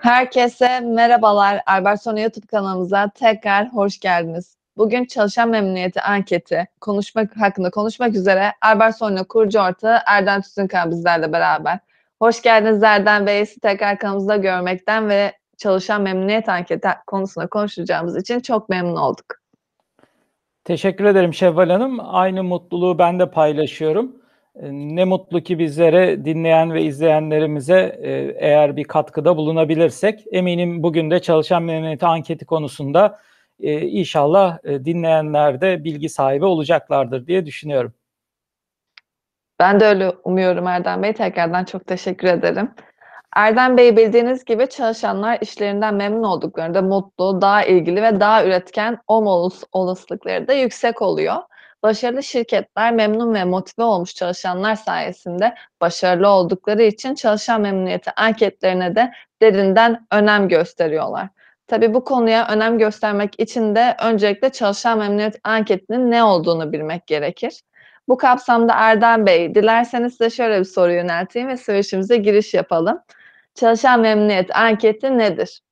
Herkese merhabalar. Albertsona YouTube kanalımıza tekrar hoş geldiniz. Bugün çalışan memnuniyeti anketi hakkında konuşmak üzere Albertsona kurucu ortağı Erdem Tüzünkaya bizlerle beraber. Hoş geldiniz Erdem Bey. Sizi tekrar kanalımızda görmekten ve çalışan memnuniyet anketi konusunda konuşacağımız için çok memnun olduk. Teşekkür ederim Şevval Hanım. Aynı mutluluğu ben de paylaşıyorum. Ne mutlu ki bizlere, dinleyen ve izleyenlerimize eğer bir katkıda bulunabilirsek, eminim bugün de çalışan memnuniyeti anketi konusunda inşallah dinleyenler de bilgi sahibi olacaklardır diye düşünüyorum. Ben de öyle umuyorum Erdem Bey. Tekrardan çok teşekkür ederim. Erdem Bey, bildiğiniz gibi çalışanlar işlerinden memnun olduklarında mutlu, daha ilgili ve daha üretken olma olasılıkları da yüksek oluyor. Başarılı şirketler memnun ve motive olmuş çalışanlar sayesinde başarılı oldukları için çalışan memnuniyeti anketlerine de derinden önem gösteriyorlar. Tabii bu konuya önem göstermek için de öncelikle çalışan memnuniyet anketinin ne olduğunu bilmek gerekir. Bu kapsamda Erdem Bey, dilerseniz size şöyle bir soru yönelteyim ve söyleşimize giriş yapalım. Çalışan memnuniyet anketi nedir?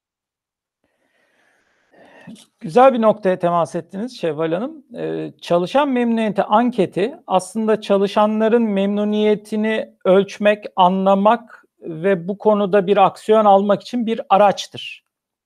Güzel bir noktaya temas ettiniz Şevval Hanım. Çalışan memnuniyeti anketi aslında çalışanların memnuniyetini ölçmek, anlamak ve bu konuda bir aksiyon almak için bir araçtır.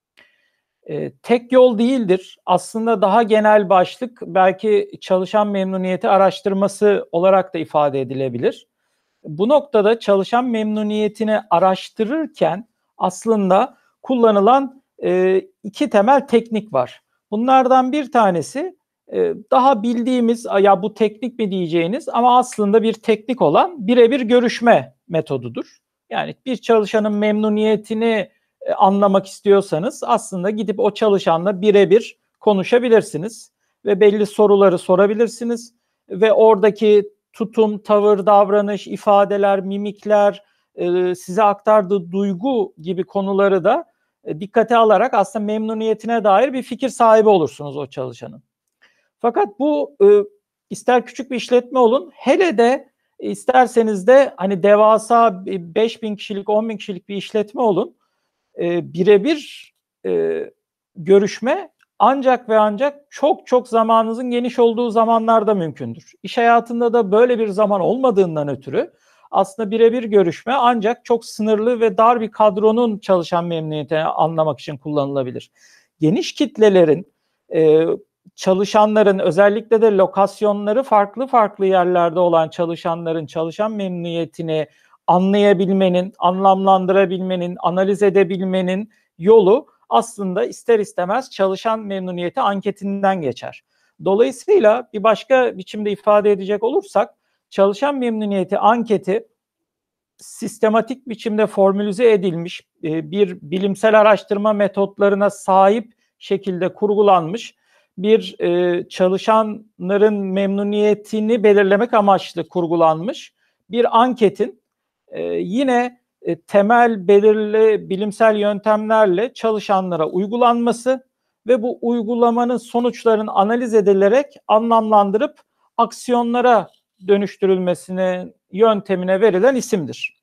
Tek yol değildir. Aslında daha genel başlık belki çalışan memnuniyeti araştırması olarak da ifade edilebilir. Bu noktada çalışan memnuniyetini araştırırken aslında kullanılan iki temel teknik var. Bunlardan bir tanesi daha bildiğimiz, ya bu teknik mi diyeceğiniz ama aslında bir teknik olan birebir görüşme metodudur. Yani bir çalışanın memnuniyetini anlamak istiyorsanız aslında gidip o çalışanla birebir konuşabilirsiniz ve belli soruları sorabilirsiniz ve oradaki tutum, tavır, davranış, ifadeler, mimikler, size aktardığı duygu gibi konuları da dikkate alarak aslında memnuniyetine dair bir fikir sahibi olursunuz o çalışanın. Fakat bu ister küçük bir işletme olun, hele de isterseniz de hani devasa 5.000 kişilik, 10.000 kişilik bir işletme olun, birebir görüşme ancak ve ancak çok çok zamanınızın geniş olduğu zamanlarda mümkündür. İş hayatında da böyle bir zaman olmadığından ötürü aslında birebir görüşme ancak çok sınırlı ve dar bir kadronun çalışan memnuniyetini anlamak için kullanılabilir. Geniş kitlelerin, çalışanların, özellikle de lokasyonları farklı farklı yerlerde olan çalışanların çalışan memnuniyetini anlayabilmenin, anlamlandırabilmenin, analiz edebilmenin yolu aslında ister istemez çalışan memnuniyeti anketinden geçer. Dolayısıyla bir başka biçimde ifade edecek olursak, çalışan memnuniyeti anketi sistematik biçimde formülize edilmiş, bir bilimsel araştırma metotlarına sahip şekilde kurgulanmış bir çalışanların memnuniyetini belirlemek amaçlı kurgulanmış bir anketin yine temel belirli bilimsel yöntemlerle çalışanlara uygulanması ve bu uygulamanın sonuçlarının analiz edilerek anlamlandırıp aksiyonlara dönüştürülmesine yöntemine verilen isimdir.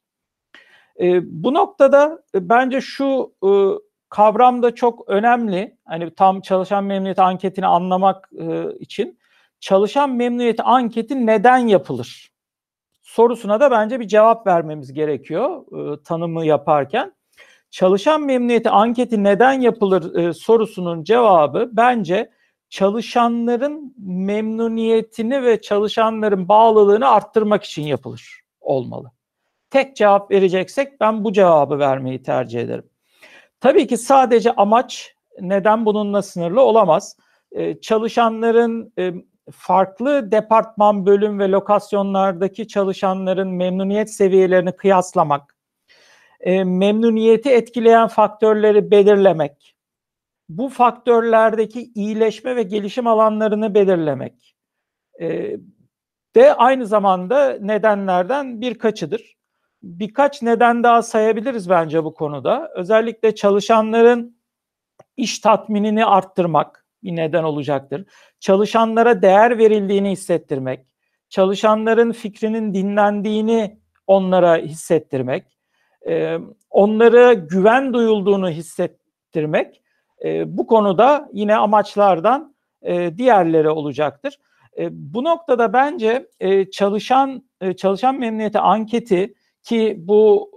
Bu noktada bence şu kavram da çok önemli. Hani tam çalışan memnuniyeti anketini anlamak için çalışan memnuniyeti anketi neden yapılır sorusuna da bence bir cevap vermemiz gerekiyor tanımı yaparken. Çalışan memnuniyeti anketi neden yapılır sorusunun cevabı bence çalışanların memnuniyetini ve çalışanların bağlılığını arttırmak için yapılır olmalı. Tek cevap vereceksek ben bu cevabı vermeyi tercih ederim. Tabii ki sadece amaç neden bununla sınırlı olamaz. Çalışanların farklı departman, bölüm ve lokasyonlardaki çalışanların memnuniyet seviyelerini kıyaslamak, memnuniyeti etkileyen faktörleri belirlemek, bu faktörlerdeki iyileşme ve gelişim alanlarını belirlemek de aynı zamanda nedenlerden birkaçıdır. Birkaç neden daha sayabiliriz bence bu konuda. Özellikle çalışanların iş tatminini arttırmak bir neden olacaktır. Çalışanlara değer verildiğini hissettirmek, çalışanların fikrinin dinlendiğini onlara hissettirmek, onlara güven duyulduğunu hissettirmek bu konuda yine amaçlardan diğerleri olacaktır. Bu noktada bence çalışan memnuniyeti anketi, ki bu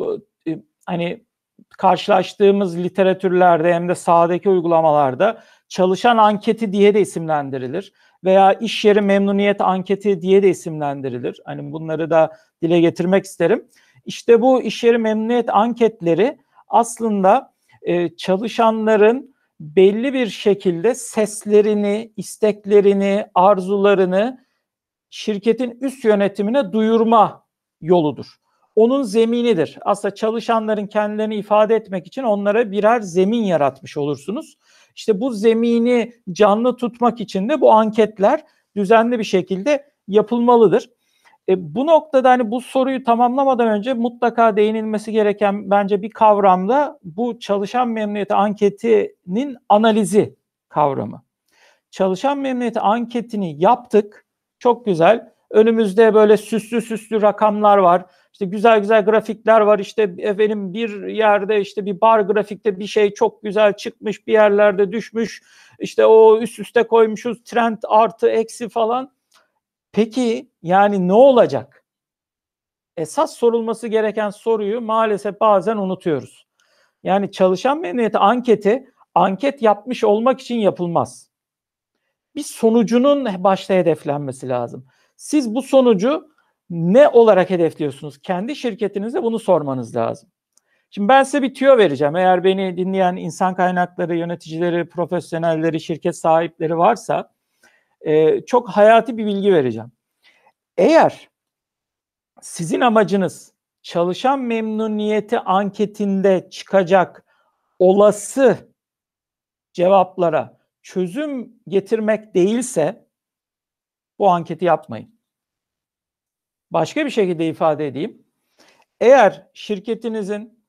hani karşılaştığımız literatürlerde hem de sahadaki uygulamalarda çalışan anketi diye de isimlendirilir veya iş yeri memnuniyet anketi diye de isimlendirilir. Hani bunları da dile getirmek isterim. İşte bu iş yeri memnuniyet anketleri aslında çalışanların belli bir şekilde seslerini, isteklerini, arzularını şirketin üst yönetimine duyurma yoludur. Onun zeminidir. Aslında çalışanların kendilerini ifade etmek için onlara birer zemin yaratmış olursunuz. İşte bu zemini canlı tutmak için de bu anketler düzenli bir şekilde yapılmalıdır. Bu noktada hani bu soruyu tamamlamadan önce mutlaka değinilmesi gereken bence bir kavram da bu çalışan memnuniyeti anketinin analizi kavramı. Çalışan memnuniyeti anketini yaptık. Çok güzel. Önümüzde böyle süslü süslü rakamlar var. İşte güzel güzel grafikler var. İşte efendim bir yerde işte bir bar grafikte bir şey çok güzel çıkmış, bir yerlerde düşmüş. İşte o üst üste koymuşuz trend artı eksi falan. Peki yani ne olacak? Esas sorulması gereken soruyu maalesef bazen unutuyoruz. Yani çalışan memnuniyeti anketi anket yapmış olmak için yapılmaz. Bir sonucunun başta hedeflenmesi lazım. Siz bu sonucu ne olarak hedefliyorsunuz? Kendi şirketinizde bunu sormanız lazım. Şimdi ben size bir tüyo vereceğim. Eğer beni dinleyen insan kaynakları yöneticileri, profesyonelleri, şirket sahipleri varsa çok hayati bir bilgi vereceğim. Eğer sizin amacınız çalışan memnuniyeti anketinde çıkacak olası cevaplara çözüm getirmek değilse bu anketi yapmayın. Başka bir şekilde ifade edeyim. Eğer şirketinizin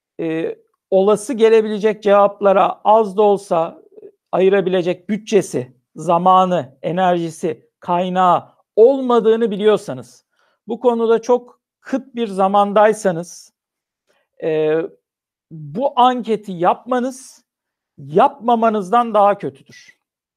olası gelebilecek cevaplara az da olsa ayırabilecek bütçesi, zamanı, enerjisi, kaynağı olmadığını biliyorsanız, bu konuda çok kıt bir zamandaysanız bu anketi yapmanız yapmamanızdan daha kötüdür.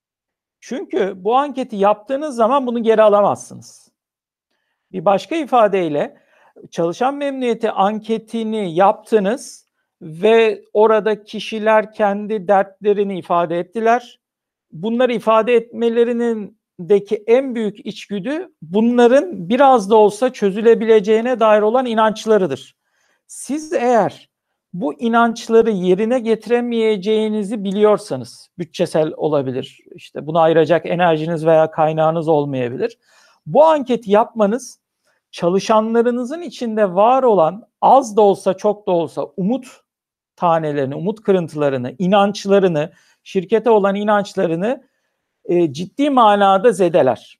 Çünkü bu anketi yaptığınız zaman bunu geri alamazsınız. Bir başka ifadeyle çalışan memnuniyeti anketini yaptınız ve orada kişiler kendi dertlerini ifade ettiler. Bunları ifade etmelerindeki en büyük içgüdü bunların biraz da olsa çözülebileceğine dair olan inançlarıdır. Siz eğer bu inançları yerine getiremeyeceğinizi biliyorsanız, bütçesel olabilir, işte buna ayıracak enerjiniz veya kaynağınız olmayabilir. Bu anketi yapmanız çalışanlarınızın içinde var olan az da olsa çok da olsa umut tanelerini, umut kırıntılarını, inançlarını, şirkete olan inançlarını ciddi manada zedeler.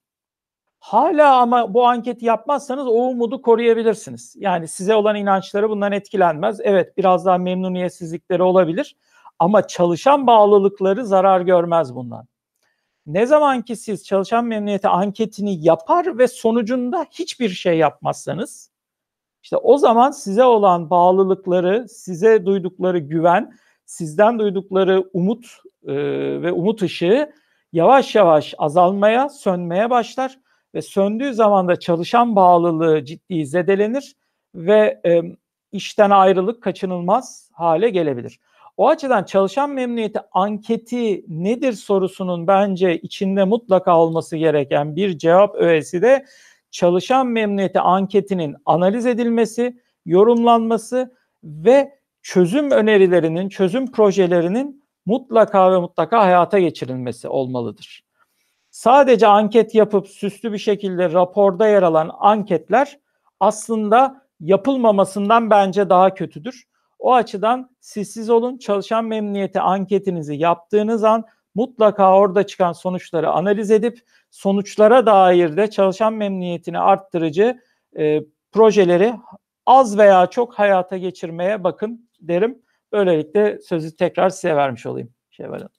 Hala ama bu anketi yapmazsanız o umudu koruyabilirsiniz. Yani size olan inançları bundan etkilenmez. Evet, biraz daha memnuniyetsizlikleri olabilir ama çalışan bağlılıkları zarar görmez bundan. Ne zaman ki siz çalışan memnuniyeti anketini yapar ve sonucunda hiçbir şey yapmazsanız, işte o zaman size olan bağlılıkları, size duydukları güven, sizden duydukları umut ve umut ışığı yavaş yavaş azalmaya, sönmeye başlar ve söndüğü zaman da çalışan bağlılığı ciddi zedelenir ve işten ayrılık kaçınılmaz hale gelebilir. O açıdan çalışan memnuniyeti anketi nedir sorusunun bence içinde mutlaka olması gereken bir cevap öğesi de çalışan memnuniyeti anketinin analiz edilmesi, yorumlanması ve çözüm önerilerinin, çözüm projelerinin mutlaka ve mutlaka hayata geçirilmesi olmalıdır. Sadece anket yapıp süslü bir şekilde raporda yer alan anketler aslında yapılmamasından bence daha kötüdür. O açıdan siz olun, çalışan memnuniyeti anketinizi yaptığınız an mutlaka orada çıkan sonuçları analiz edip sonuçlara dair de çalışan memnuniyetini arttırıcı projeleri az veya çok hayata geçirmeye bakın derim. Böylelikle sözü tekrar size vermiş olayım Şevval Hanım.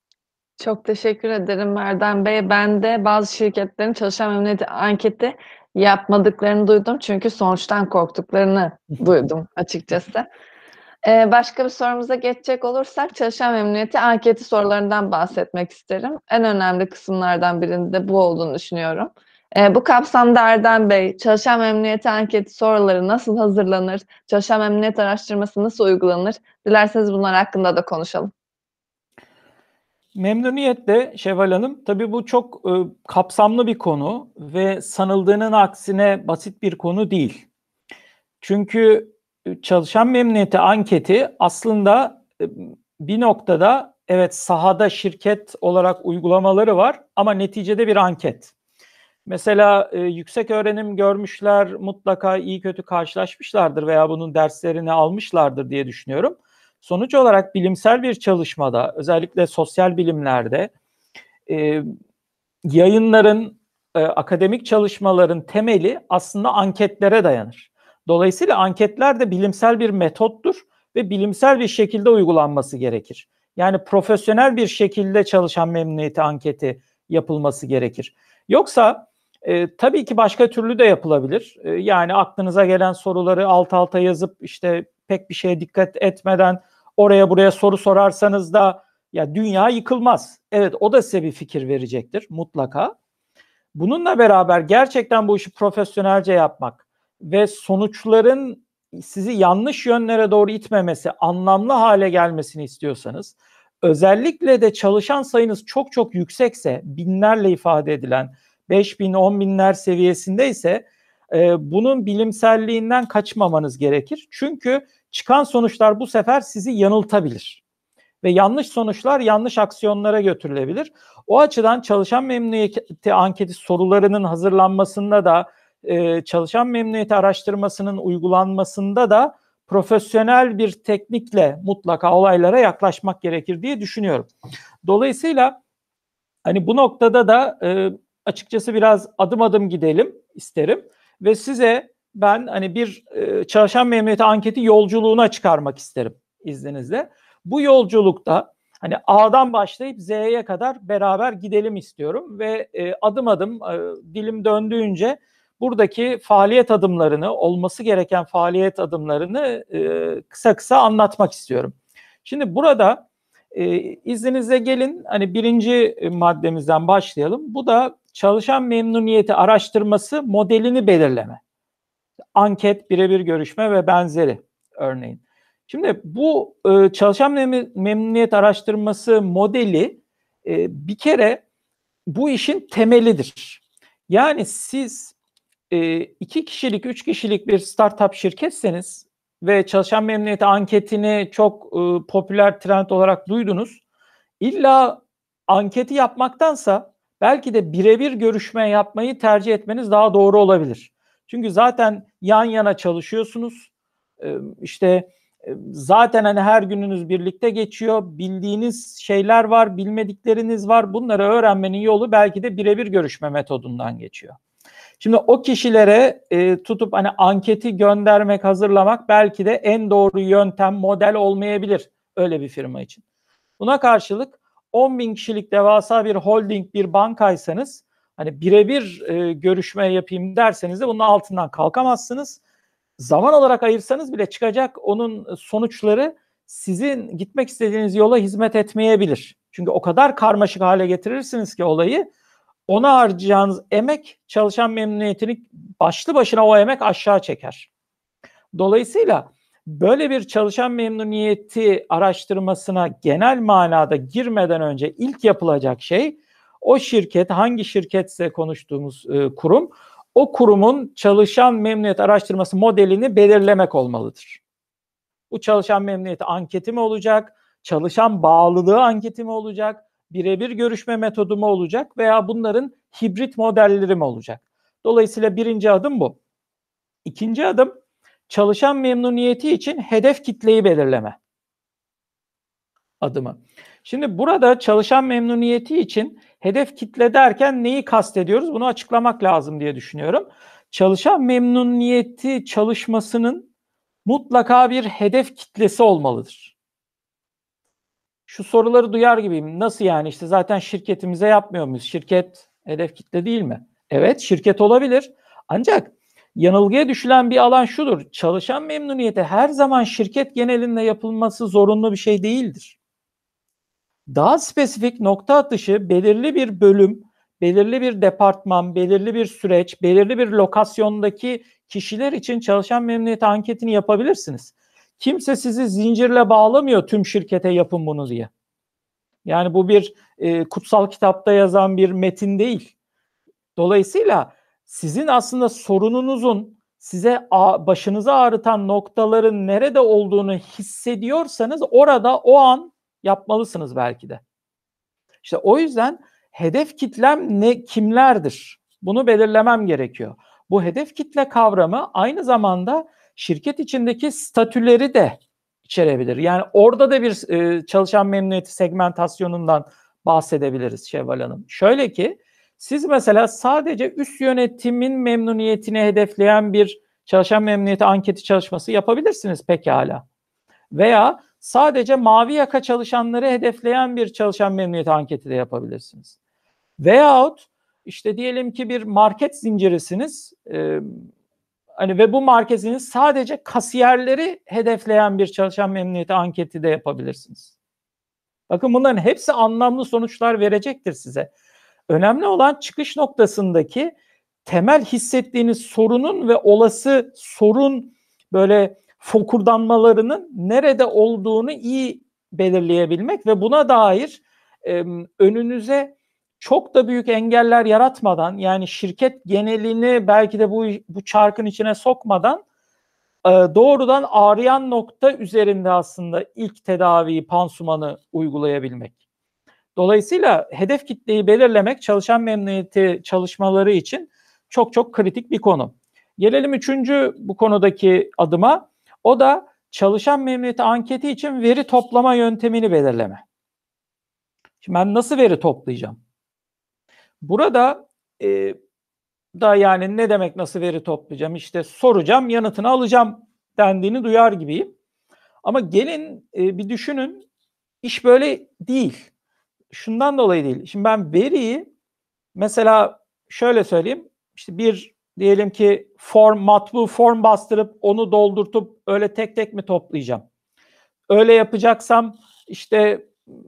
Çok teşekkür ederim Erdem Bey. Ben de bazı şirketlerin çalışan memnuniyeti anketi Yapmadıklarını duydum çünkü sonuçtan korktuklarını duydum açıkçası. Başka bir sorumuza geçecek olursak çalışan memnuniyeti anketi sorularından bahsetmek isterim. En önemli kısımlardan birinin de bu olduğunu düşünüyorum. Bu kapsamda Erdem Bey, çalışan memnuniyeti anketi soruları nasıl hazırlanır? Çalışan memnuniyet araştırması nasıl uygulanır? Dilerseniz bunlar hakkında da konuşalım. Memnuniyetle Şevval Hanım, tabii bu çok kapsamlı bir konu ve sanıldığının aksine basit bir konu değil. Çünkü çalışan memnuniyeti anketi aslında bir noktada evet sahada şirket olarak uygulamaları var ama neticede bir anket. Mesela yüksek öğrenim görmüşler, mutlaka iyi kötü karşılaşmışlardır veya bunun derslerini almışlardır diye düşünüyorum. Sonuç olarak bilimsel bir çalışmada, özellikle sosyal bilimlerde yayınların, akademik çalışmaların temeli aslında anketlere dayanır. Dolayısıyla anketler de bilimsel bir metottur ve bilimsel bir şekilde uygulanması gerekir. Yani profesyonel bir şekilde çalışan memnuniyeti anketi yapılması gerekir. Yoksa tabii ki başka türlü de yapılabilir. Yani aklınıza gelen soruları alt alta yazıp işte pek bir şeye dikkat etmeden oraya buraya soru sorarsanız da ya dünya yıkılmaz. Evet, o da size bir fikir verecektir mutlaka. Bununla beraber gerçekten bu işi profesyonelce yapmak ve sonuçların sizi yanlış yönlere doğru itmemesi, anlamlı hale gelmesini istiyorsanız, özellikle de çalışan sayınız çok çok yüksekse, binlerle ifade edilen 5.000, 10.000'ler seviyesindeyse bunun bilimselliğinden kaçmamanız gerekir. Çünkü çıkan sonuçlar bu sefer sizi yanıltabilir ve yanlış sonuçlar yanlış aksiyonlara götürülebilir. O açıdan çalışan memnuniyeti anketi sorularının hazırlanmasında da çalışan memnuniyeti araştırmasının uygulanmasında da profesyonel bir teknikle mutlaka olaylara yaklaşmak gerekir diye düşünüyorum. Dolayısıyla hani bu noktada da açıkçası biraz adım adım gidelim isterim ve size ben hani bir çalışan memnuniyeti anketi yolculuğuna çıkarmak isterim izninizle. Bu yolculukta hani A'dan başlayıp Z'ye kadar beraber gidelim istiyorum ve adım adım dilim döndüğünce buradaki faaliyet adımlarını, olması gereken faaliyet adımlarını kısa kısa anlatmak istiyorum. Şimdi burada izninizle gelin hani birinci maddemizden başlayalım. Bu da çalışan memnuniyeti araştırması modelini belirleme. Anket, birebir görüşme ve benzeri örneğin. Şimdi bu çalışan memnuniyet araştırması modeli bir kere bu işin temelidir. Yani siz 2 kişilik, 3 kişilik bir startup şirketseniz ve çalışan memnuniyeti anketini çok popüler trend olarak duydunuz. İlla anketi yapmaktansa belki de birebir görüşme yapmayı tercih etmeniz daha doğru olabilir. Çünkü zaten yan yana çalışıyorsunuz. İşte zaten hani her gününüz birlikte geçiyor. Bildiğiniz şeyler var, bilmedikleriniz var. Bunları öğrenmenin yolu belki de birebir görüşme metodundan geçiyor. Şimdi o kişilere tutup hani anketi göndermek, hazırlamak belki de en doğru yöntem, model olmayabilir öyle bir firma için. Buna karşılık 10.000 kişilik devasa bir holding, bir bankaysanız hani birebir görüşme yapayım derseniz de bunun altından kalkamazsınız. Zaman olarak ayırsanız bile çıkacak onun sonuçları sizin gitmek istediğiniz yola hizmet etmeyebilir. Çünkü o kadar karmaşık hale getirirsiniz ki olayı, ona harcayacağınız emek çalışan memnuniyetini başlı başına o emek aşağı çeker. Dolayısıyla böyle bir çalışan memnuniyeti araştırmasına genel manada girmeden önce ilk yapılacak şey o şirket, hangi şirketse konuştuğumuz kurum, o kurumun çalışan memnuniyet araştırması modelini belirlemek olmalıdır. Bu çalışan memnuniyeti anketi mi olacak, çalışan bağlılığı anketi mi olacak, birebir görüşme metodu mu olacak veya bunların hibrit modelleri mi olacak? Dolayısıyla birinci adım bu. İkinci adım çalışan memnuniyeti için hedef kitleyi belirleme adımı. Şimdi burada çalışan memnuniyeti için hedef kitle derken neyi kastediyoruz? Bunu açıklamak lazım diye düşünüyorum. Çalışan memnuniyeti çalışmasının mutlaka bir hedef kitlesi olmalıdır. Şu soruları duyar gibiyim. Nasıl yani? İşte zaten şirketimize yapmıyor muyuz? Şirket hedef kitle değil mi? Evet, şirket olabilir. Ancak yanılgıya düşülen bir alan şudur. Çalışan memnuniyeti her zaman şirket genelinde yapılması zorunlu bir şey değildir. Daha spesifik nokta atışı belirli bir bölüm, belirli bir departman, belirli bir süreç, belirli bir lokasyondaki kişiler için çalışan memnuniyeti anketini yapabilirsiniz. Kimse sizi zincirle bağlamıyor tüm şirkete yapın bunu diye. Yani bu bir kutsal kitapta yazan bir metin değil. Dolayısıyla sizin aslında sorununuzun size başınızı ağrıtan noktaların nerede olduğunu hissediyorsanız orada o an yapmalısınız belki de. İşte o yüzden hedef kitlem kimlerdir? Bunu belirlemem gerekiyor. Bu hedef kitle kavramı aynı zamanda şirket içindeki statüleri de içerebilir. Yani orada da bir çalışan memnuniyeti segmentasyonundan bahsedebiliriz Şevval Hanım. Şöyle ki siz mesela sadece üst yönetimin memnuniyetini hedefleyen bir çalışan memnuniyeti anketi çalışması yapabilirsiniz pekala. Veya sadece mavi yaka çalışanları hedefleyen bir çalışan memnuniyeti anketi de yapabilirsiniz. Veyahut işte diyelim ki bir market zincirisiniz. Ve bu marketin sadece kasiyerleri hedefleyen bir çalışan memnuniyeti anketi de yapabilirsiniz. Bakın bunların hepsi anlamlı sonuçlar verecektir size. Önemli olan çıkış noktasındaki temel hissettiğiniz sorunun ve olası sorun böyle fokurdanmalarının nerede olduğunu iyi belirleyebilmek ve buna dair önünüze çok da büyük engeller yaratmadan, yani şirket genelini belki de bu çarkın içine sokmadan doğrudan ağrıyan nokta üzerinde aslında ilk tedaviyi, pansumanı uygulayabilmek. Dolayısıyla hedef kitleyi belirlemek çalışan memnuniyeti çalışmaları için çok çok kritik bir konu. Gelelim üçüncü bu konudaki adıma. O da çalışan memnuniyeti anketi için veri toplama yöntemini belirleme. Şimdi ben nasıl veri toplayacağım? Burada da yani ne demek nasıl veri toplayacağım? İşte soracağım, yanıtını alacağım dendiğini duyar gibiyim. Ama gelin bir düşünün, iş böyle değil. Şundan dolayı değil. Şimdi ben veriyi mesela şöyle söyleyeyim. İşte diyelim ki matbu form bastırıp onu doldurtup öyle tek tek mi toplayacağım? Öyle yapacaksam işte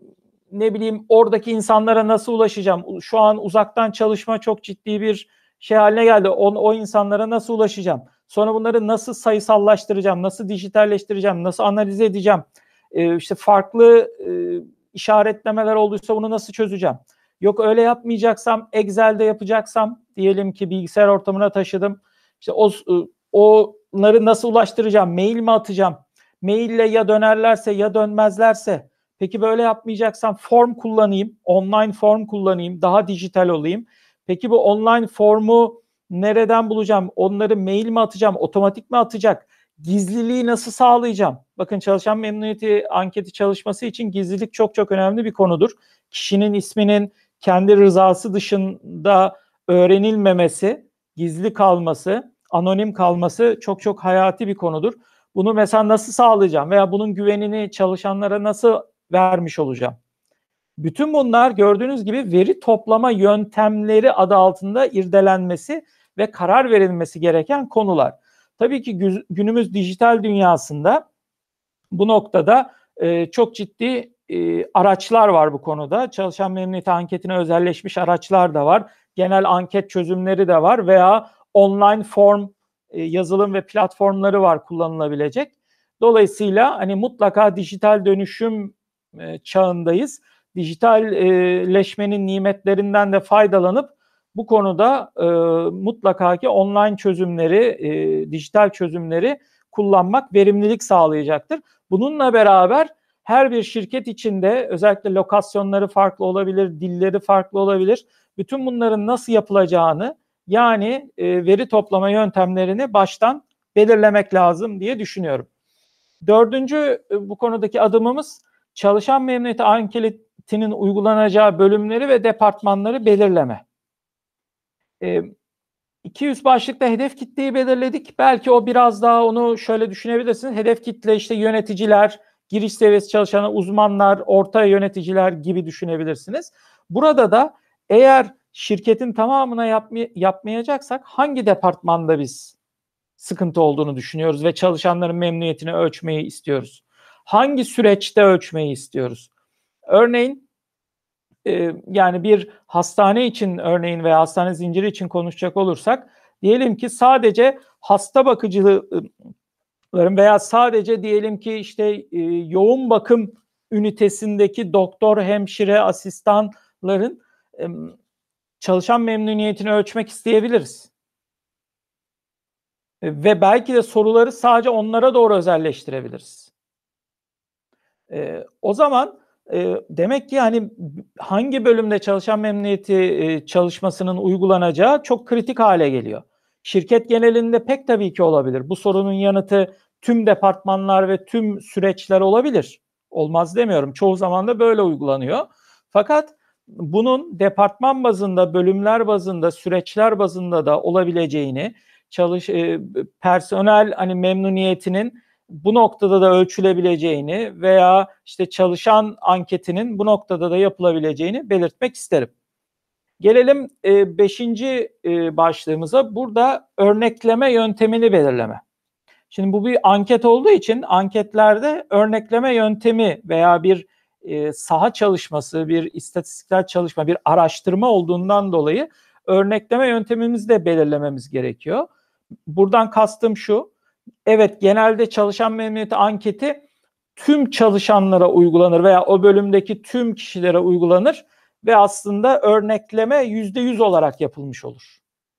ne bileyim oradaki insanlara nasıl ulaşacağım? Şu an uzaktan çalışma çok ciddi bir şey haline geldi. O insanlara nasıl ulaşacağım? Sonra bunları nasıl sayısallaştıracağım? Nasıl dijitalleştireceğim? Nasıl analiz edeceğim? İşte farklı işaretlemeler olduysa bunu nasıl çözeceğim? Yok öyle yapmayacaksam, Excel'de yapacaksam diyelim ki bilgisayar ortamına taşıdım. İşte onları nasıl ulaştıracağım? Mail mi atacağım? Maille ya dönerlerse ya dönmezlerse. Peki böyle yapmayacaksam form kullanayım, online form kullanayım, daha dijital olayım. Peki bu online formu nereden bulacağım? Onları mail mi atacağım, otomatik mi atacak? Gizliliği nasıl sağlayacağım? Bakın çalışan memnuniyeti anketi çalışması için gizlilik çok çok önemli bir konudur. Kişinin isminin kendi rızası dışında öğrenilmemesi, gizli kalması, anonim kalması çok çok hayati bir konudur. Bunu mesela nasıl sağlayacağım veya bunun güvenini çalışanlara nasıl vermiş olacağım? Bütün bunlar gördüğünüz gibi veri toplama yöntemleri adı altında irdelenmesi ve karar verilmesi gereken konular. Tabii ki günümüz dijital dünyasında bu noktada çok ciddi araçlar var bu konuda. Çalışan memnuniyeti anketine özelleşmiş araçlar da var. Genel anket çözümleri de var veya online form yazılım ve platformları var kullanılabilecek. Dolayısıyla hani mutlaka dijital dönüşüm çağındayız. Dijitalleşmenin nimetlerinden de faydalanıp bu konuda mutlaka ki online çözümleri, dijital çözümleri kullanmak verimlilik sağlayacaktır. Bununla beraber her bir şirket içinde özellikle lokasyonları farklı olabilir, dilleri farklı olabilir. Bütün bunların nasıl yapılacağını yani veri toplama yöntemlerini baştan belirlemek lazım diye düşünüyorum. Dördüncü bu konudaki adımımız çalışan memnuniyeti anketinin uygulanacağı bölümleri ve departmanları belirleme. 200 başlıkta hedef kitleyi belirledik. Belki o biraz daha onu şöyle düşünebilirsiniz. Hedef kitle işte yöneticiler, giriş seviyesi çalışan uzmanlar, orta yöneticiler gibi düşünebilirsiniz. Burada da eğer şirketin tamamına yapmayacaksak hangi departmanda biz sıkıntı olduğunu düşünüyoruz ve çalışanların memnuniyetini ölçmeyi istiyoruz? Hangi süreçte ölçmeyi istiyoruz? Örneğin yani bir hastane için örneğin veya hastane zinciri için konuşacak olursak, diyelim ki sadece hasta bakıcıların veya sadece diyelim ki işte yoğun bakım ünitesindeki doktor, hemşire, asistanların çalışan memnuniyetini ölçmek isteyebiliriz. Ve belki de soruları sadece onlara doğru özelleştirebiliriz. O zaman demek ki hani hangi bölümde çalışan memnuniyeti çalışmasının uygulanacağı çok kritik hale geliyor. Şirket genelinde pek tabii ki olabilir. Bu sorunun yanıtı tüm departmanlar ve tüm süreçler olabilir. Olmaz demiyorum. Çoğu zaman da böyle uygulanıyor. Fakat bunun departman bazında, bölümler bazında, süreçler bazında da olabileceğini, personel hani memnuniyetinin bu noktada da ölçülebileceğini veya işte çalışan anketinin bu noktada da yapılabileceğini belirtmek isterim. Gelelim 5. Başlığımıza. Burada örnekleme yöntemini belirleme. Şimdi bu bir anket olduğu için anketlerde örnekleme yöntemi veya bir saha çalışması, bir istatistiksel çalışma, bir araştırma olduğundan dolayı örnekleme yöntemimizi de belirlememiz gerekiyor. Buradan kastım şu: evet, genelde çalışan memnuniyeti anketi tüm çalışanlara uygulanır veya o bölümdeki tüm kişilere uygulanır ve aslında örnekleme %100 olarak yapılmış olur.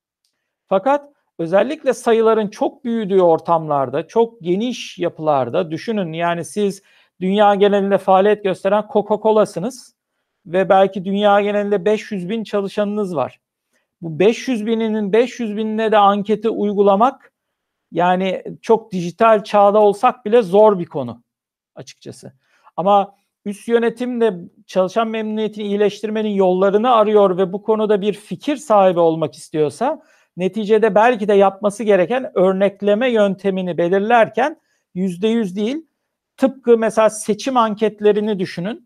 Fakat özellikle sayıların çok büyüdüğü ortamlarda, çok geniş yapılarda düşünün, yani siz dünya genelinde faaliyet gösteren Coca-Cola'sınız ve belki dünya genelinde 500 bin çalışanınız var. Bu 500 bininin 500 binine de anketi uygulamak, yani çok dijital çağda olsak bile zor bir konu açıkçası. Ama üst yönetim de çalışan memnuniyetini iyileştirmenin yollarını arıyor ve bu konuda bir fikir sahibi olmak istiyorsa, neticede belki de yapması gereken örnekleme yöntemini belirlerken %100 değil, tıpkı mesela seçim anketlerini düşünün.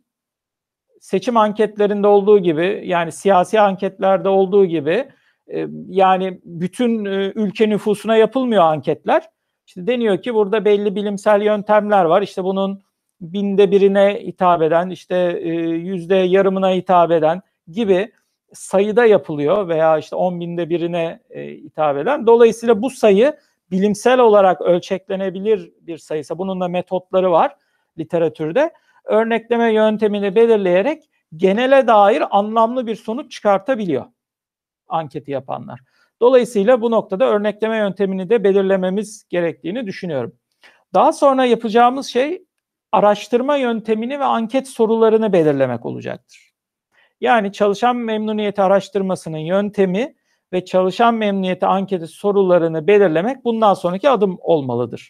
Seçim anketlerinde olduğu gibi, yani siyasi anketlerde olduğu gibi, yani bütün ülke nüfusuna yapılmıyor anketler. İşte deniyor ki burada belli bilimsel yöntemler var. İşte bunun 1/1000'ine hitap eden, işte %yarımına hitap eden gibi sayıda yapılıyor veya işte 10.000'de 1'ine hitap eden. Dolayısıyla bu sayı bilimsel olarak ölçeklenebilir bir sayısa, bunun da metotları var literatürde. Örnekleme yöntemini belirleyerek genele dair anlamlı bir sonuç çıkartabiliyor anketi yapanlar. Dolayısıyla bu noktada örnekleme yöntemini de belirlememiz gerektiğini düşünüyorum. Daha sonra yapacağımız şey araştırma yöntemini ve anket sorularını belirlemek olacaktır. Yani çalışan memnuniyeti araştırmasının yöntemi ve çalışan memnuniyeti anketi sorularını belirlemek bundan sonraki adım olmalıdır.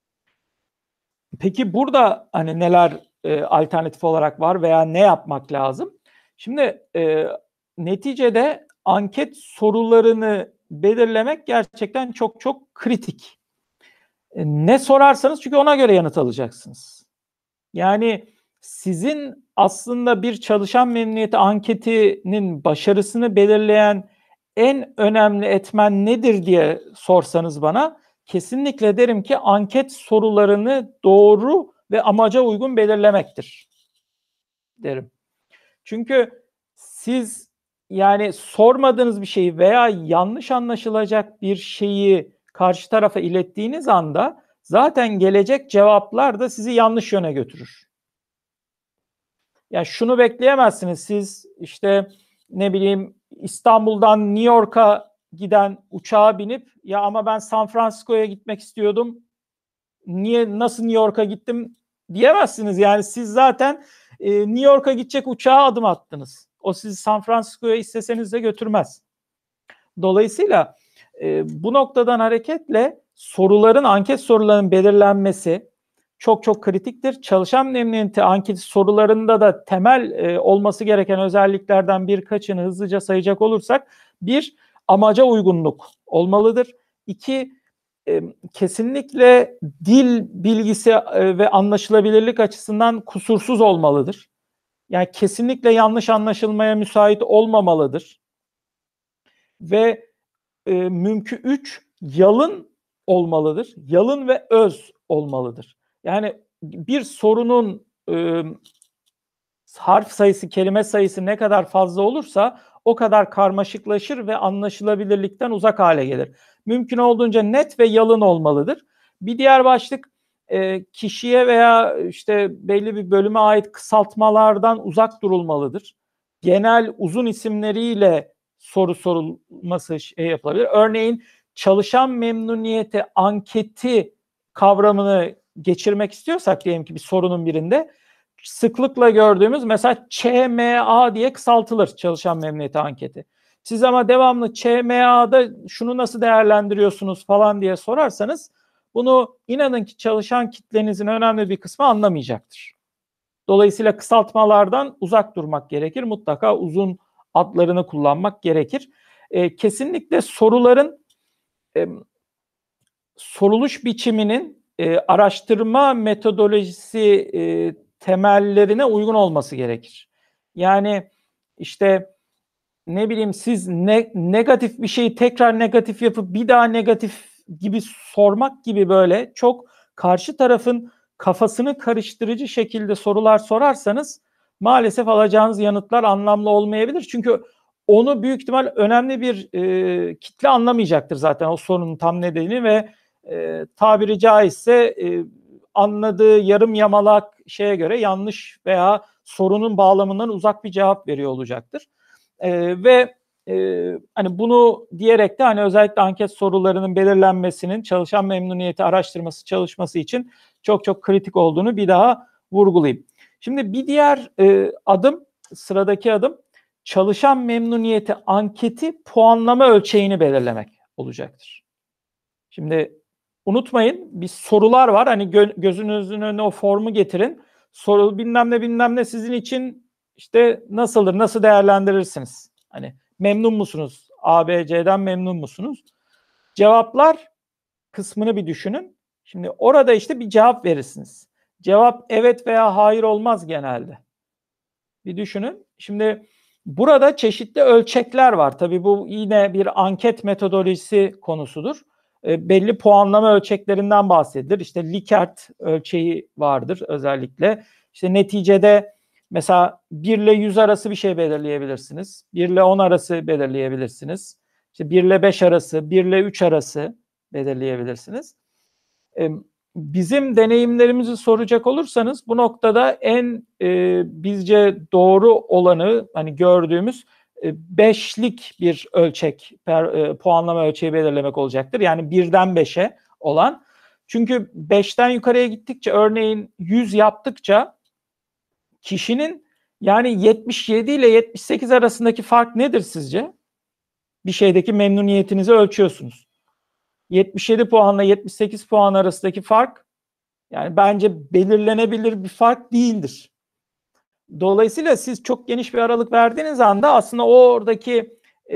Peki burada hani neler alternatif olarak var veya ne yapmak lazım? Şimdi neticede anket sorularını belirlemek gerçekten çok çok kritik. Ne sorarsanız, çünkü ona göre yanıt alacaksınız. Yani sizin aslında bir çalışan memnuniyeti anketinin başarısını belirleyen en önemli etmen nedir diye sorsanız bana, kesinlikle derim ki anket sorularını doğru ve amaca uygun belirlemektir derim. Çünkü siz yani sormadığınız bir şeyi veya yanlış anlaşılacak bir şeyi karşı tarafa ilettiğiniz anda zaten gelecek cevaplar da sizi yanlış yöne götürür. Yani şunu bekleyemezsiniz, siz işte ne bileyim İstanbul'dan New York'a giden uçağa binip ya ama ben San Francisco'ya gitmek istiyordum, nasıl New York'a gittim diyemezsiniz. Yani siz zaten New York'a gidecek uçağa adım attınız. O sizi San Francisco'ya isteseniz de götürmez. Dolayısıyla bu noktadan hareketle anket sorularının belirlenmesi çok çok kritiktir. Çalışan memnuniyeti anketi sorularında da temel olması gereken özelliklerden birkaçını hızlıca sayacak olursak: 1. Amaca uygunluk olmalıdır. 2. Kesinlikle dil bilgisi ve anlaşılabilirlik açısından kusursuz olmalıdır. Yani kesinlikle yanlış anlaşılmaya müsait olmamalıdır. ve mümkün 3 yalın olmalıdır. Yalın ve öz olmalıdır. Yani bir sorunun harf sayısı, kelime sayısı ne kadar fazla olursa o kadar karmaşıklaşır ve anlaşılabilirlikten uzak hale gelir. Mümkün olduğunca net ve yalın olmalıdır. Bir diğer başlık kişiye veya işte belli bir bölüme ait kısaltmalardan uzak durulmalıdır. Genel uzun isimleriyle soru sorulması yapılabilir. Örneğin çalışan memnuniyeti anketi kavramını geçirmek istiyorsak diyelim ki bir sorunun birinde sıklıkla gördüğümüz mesela ÇMA diye kısaltılır çalışan memnuniyeti anketi. Siz ama devamlı ÇMA'da şunu nasıl değerlendiriyorsunuz falan diye sorarsanız bunu inanın ki çalışan kitlenizin önemli bir kısmı anlamayacaktır. Dolayısıyla kısaltmalardan uzak durmak gerekir. Mutlaka uzun adlarını kullanmak gerekir. Kesinlikle soruların soruluş biçiminin araştırma metodolojisi temellerine uygun olması gerekir. Yani işte ne bileyim siz negatif bir şeyi tekrar negatif yapıp bir daha negatif gibi sormak gibi böyle çok karşı tarafın kafasını karıştırıcı şekilde sorular sorarsanız maalesef alacağınız yanıtlar anlamlı olmayabilir. Çünkü onu büyük ihtimal önemli bir kitle anlamayacaktır zaten o sorunun tam nedenini ve tabiri caizse anladığı yarım yamalak şeye göre yanlış veya sorunun bağlamından uzak bir cevap veriyor olacaktır. Ve hani bunu diyerek de hani özellikle anket sorularının belirlenmesinin çalışan memnuniyeti araştırması çalışması için çok çok kritik olduğunu bir daha vurgulayayım. Şimdi bir diğer adım, sıradaki adım çalışan memnuniyeti anketi puanlama ölçeğini belirlemek olacaktır. Şimdi unutmayın bir sorular var. Hani gözünüzün önüne o formu getirin. Soru bilmem ne sizin için işte nasıldır, nasıl değerlendirirsiniz? Hani memnun musunuz? A, B, C'den memnun musunuz? Cevaplar kısmını bir düşünün. Şimdi orada işte bir cevap verirsiniz. Cevap evet veya hayır olmaz genelde. Bir düşünün. Şimdi burada çeşitli ölçekler var. Tabii bu yine bir anket metodolojisi konusudur. Belli puanlama ölçeklerinden bahsedilir. İşte Likert ölçeği vardır özellikle. İşte neticede mesela 1 ile 100 arası bir şey belirleyebilirsiniz. 1 ile 10 arası belirleyebilirsiniz. İşte 1 ile 5 arası, 1 ile 3 arası belirleyebilirsiniz. Bizim deneyimlerimizi soracak olursanız bu noktada en bizce doğru olanı hani gördüğümüz 5'lik bir ölçek, puanlama ölçeği belirlemek olacaktır. Yani 1'den 5'e olan. Çünkü 5'ten yukarıya gittikçe örneğin 100 yaptıkça kişinin yani 77 ile 78 arasındaki fark nedir sizce? Bir şeydeki memnuniyetinizi ölçüyorsunuz. 77 puanla 78 puan arasındaki fark yani bence belirlenebilir bir fark değildir. Dolayısıyla siz çok geniş bir aralık verdiğiniz anda aslında oradaki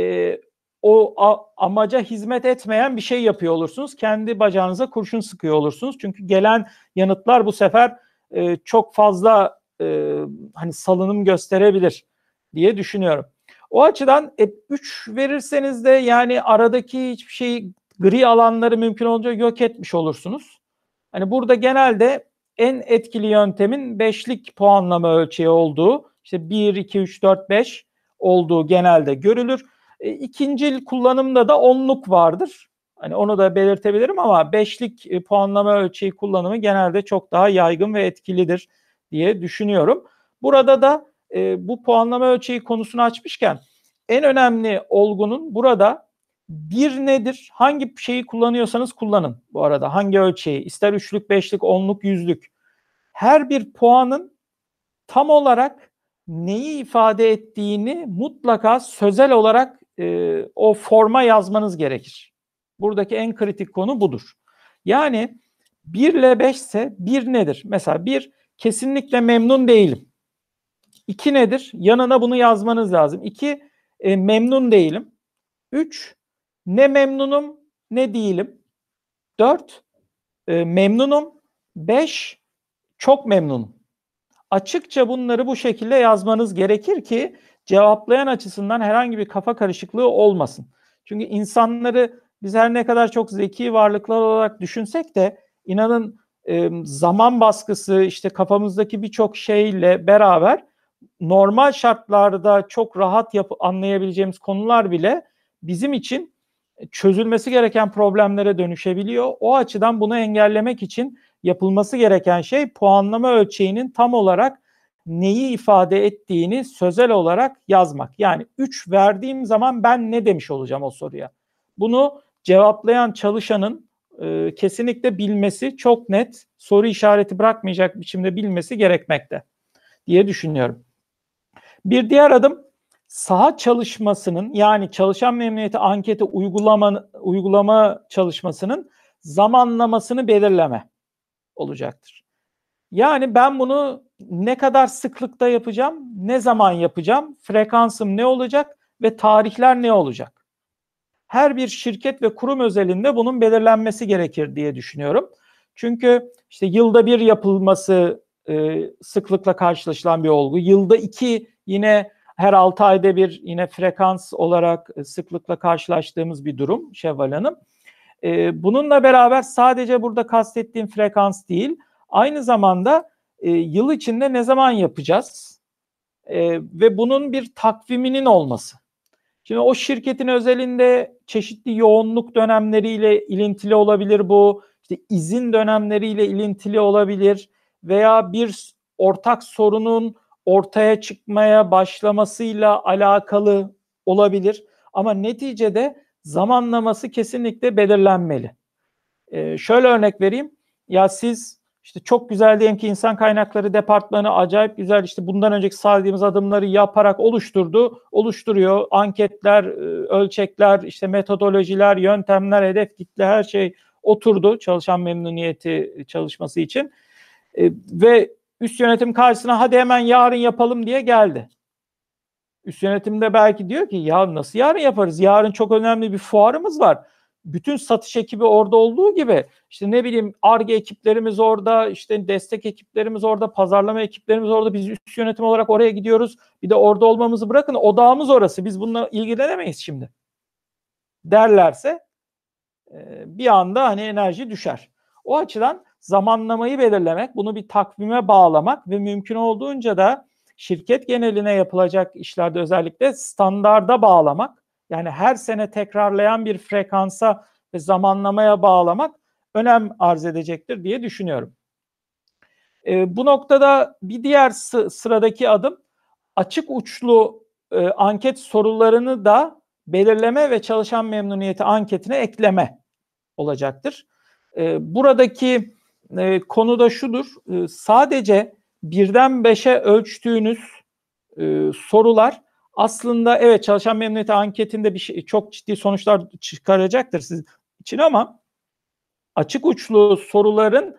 amaca hizmet etmeyen bir şey yapıyor olursunuz. Kendi bacağınıza kurşun sıkıyor olursunuz. Çünkü gelen yanıtlar bu sefer çok fazla hani salınım gösterebilir diye düşünüyorum. O açıdan 3 verirseniz de yani aradaki hiçbir şeyi gri alanları mümkün olunca yok etmiş olursunuz. Hani burada genelde en etkili yöntemin 5'lik puanlama ölçeği olduğu, işte 1, 2, 3, 4, 5 olduğu genelde görülür. İkinci kullanımda da 10'luk vardır. Hani onu da belirtebilirim ama 5'lik puanlama ölçeği kullanımı genelde çok daha yaygın ve etkilidir diye düşünüyorum. Burada da bu puanlama ölçeği konusunu açmışken en önemli olgunun burada bir nedir? Hangi şeyi kullanıyorsanız kullanın bu arada. Hangi ölçeği? İster 3'lük, 5'lik, 10'luk, 100'lük. Her bir puanın tam olarak neyi ifade ettiğini mutlaka sözel olarak o forma yazmanız gerekir. Buradaki en kritik konu budur. Yani 1 ile 5 ise 1 nedir? Mesela 1 kesinlikle memnun değilim. 2 nedir? Yanına bunu yazmanız lazım. 2 memnun değilim. 3 ne memnunum ne değilim. 4 memnunum. 5 çok memnunum. Açıkça bunları bu şekilde yazmanız gerekir ki cevaplayan açısından herhangi bir kafa karışıklığı olmasın. Çünkü insanları biz her ne kadar çok zeki varlıklar olarak düşünsek de inanın zaman baskısı, işte kafamızdaki birçok şeyle beraber normal şartlarda çok rahat anlayabileceğimiz konular bile bizim için çözülmesi gereken problemlere dönüşebiliyor. O açıdan bunu engellemek için yapılması gereken şey puanlama ölçeğinin tam olarak neyi ifade ettiğini sözel olarak yazmak. Yani 3 verdiğim zaman ben ne demiş olacağım o soruya. Bunu cevaplayan çalışanın kesinlikle bilmesi, çok net, soru işareti bırakmayacak biçimde bilmesi gerekmekte diye düşünüyorum. Bir diğer adım saha çalışmasının, yani çalışan memnuniyeti anketi uygulama çalışmasının zamanlamasını belirleme olacaktır. Yani ben bunu ne kadar sıklıkta yapacağım, ne zaman yapacağım, frekansım ne olacak ve tarihler ne olacak? Her bir şirket ve kurum özelinde bunun belirlenmesi gerekir diye düşünüyorum. Çünkü işte yılda bir yapılması sıklıkla karşılaşılan bir olgu. Yılda 2 yine her 6 ayda bir yine frekans olarak sıklıkla karşılaştığımız bir durum Şevval Hanım. Bununla beraber sadece burada kastettiğim frekans değil, aynı zamanda yıl içinde ne zaman yapacağız ve bunun bir takviminin olması. Şimdi o şirketin özelinde çeşitli yoğunluk dönemleriyle ilintili olabilir bu, işte izin dönemleriyle ilintili olabilir veya bir ortak sorunun ortaya çıkmaya başlamasıyla alakalı olabilir. Ama neticede zamanlaması kesinlikle belirlenmeli. Şöyle örnek vereyim. Ya siz işte çok güzel diyelim ki insan kaynakları departmanı acayip güzel işte bundan önceki saydığımız adımları yaparak oluşturuyor. Anketler, ölçekler, işte metodolojiler, yöntemler, hedef kitle her şey oturdu çalışan memnuniyeti çalışması için. Ve üst yönetim karşısına hadi hemen yarın yapalım diye geldi. Üst yönetimde belki diyor ki ya nasıl yarın yaparız? Yarın çok önemli bir fuarımız var. Bütün satış ekibi orada olduğu gibi işte ne bileyim Ar-Ge ekiplerimiz orada, işte destek ekiplerimiz orada, pazarlama ekiplerimiz orada. Biz üst yönetim olarak oraya gidiyoruz. Bir de orada olmamızı bırakın, odağımız orası. Biz bununla ilgilenemeyiz şimdi derlerse bir anda hani enerji düşer. O açıdan zamanlamayı belirlemek, bunu bir takvime bağlamak ve mümkün olduğunca da şirket geneline yapılacak işlerde özellikle standarda bağlamak, yani her sene tekrarlayan bir frekansa ve zamanlamaya bağlamak önem arz edecektir diye düşünüyorum. Bu noktada bir diğer sıradaki adım açık uçlu anket sorularını da belirleme ve çalışan memnuniyeti anketine ekleme olacaktır. Buradaki konu da şudur. Sadece 1'den 5'e ölçtüğünüz sorular aslında evet çalışan memnuniyeti anketinde bir şey, çok ciddi sonuçlar çıkaracaktır sizin için ama açık uçlu soruların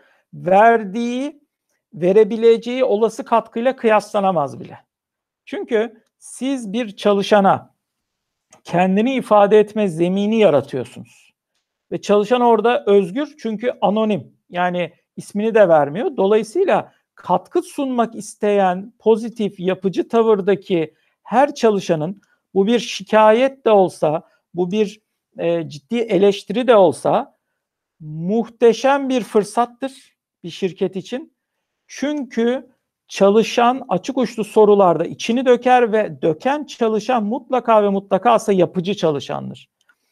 verebileceği olası katkıyla kıyaslanamaz bile. Çünkü siz bir çalışana kendini ifade etme zemini yaratıyorsunuz. Ve çalışan orada özgür çünkü anonim. Yani ismini de vermiyor. Dolayısıyla katkı sunmak isteyen pozitif, yapıcı tavırdaki her çalışanın bu bir şikayet de olsa, bu bir ciddi eleştiri de olsa muhteşem bir fırsattır bir şirket için. Çünkü çalışan açık uçlu sorularda içini döker ve döken çalışan mutlaka ve mutlaka aslında yapıcı çalışandır.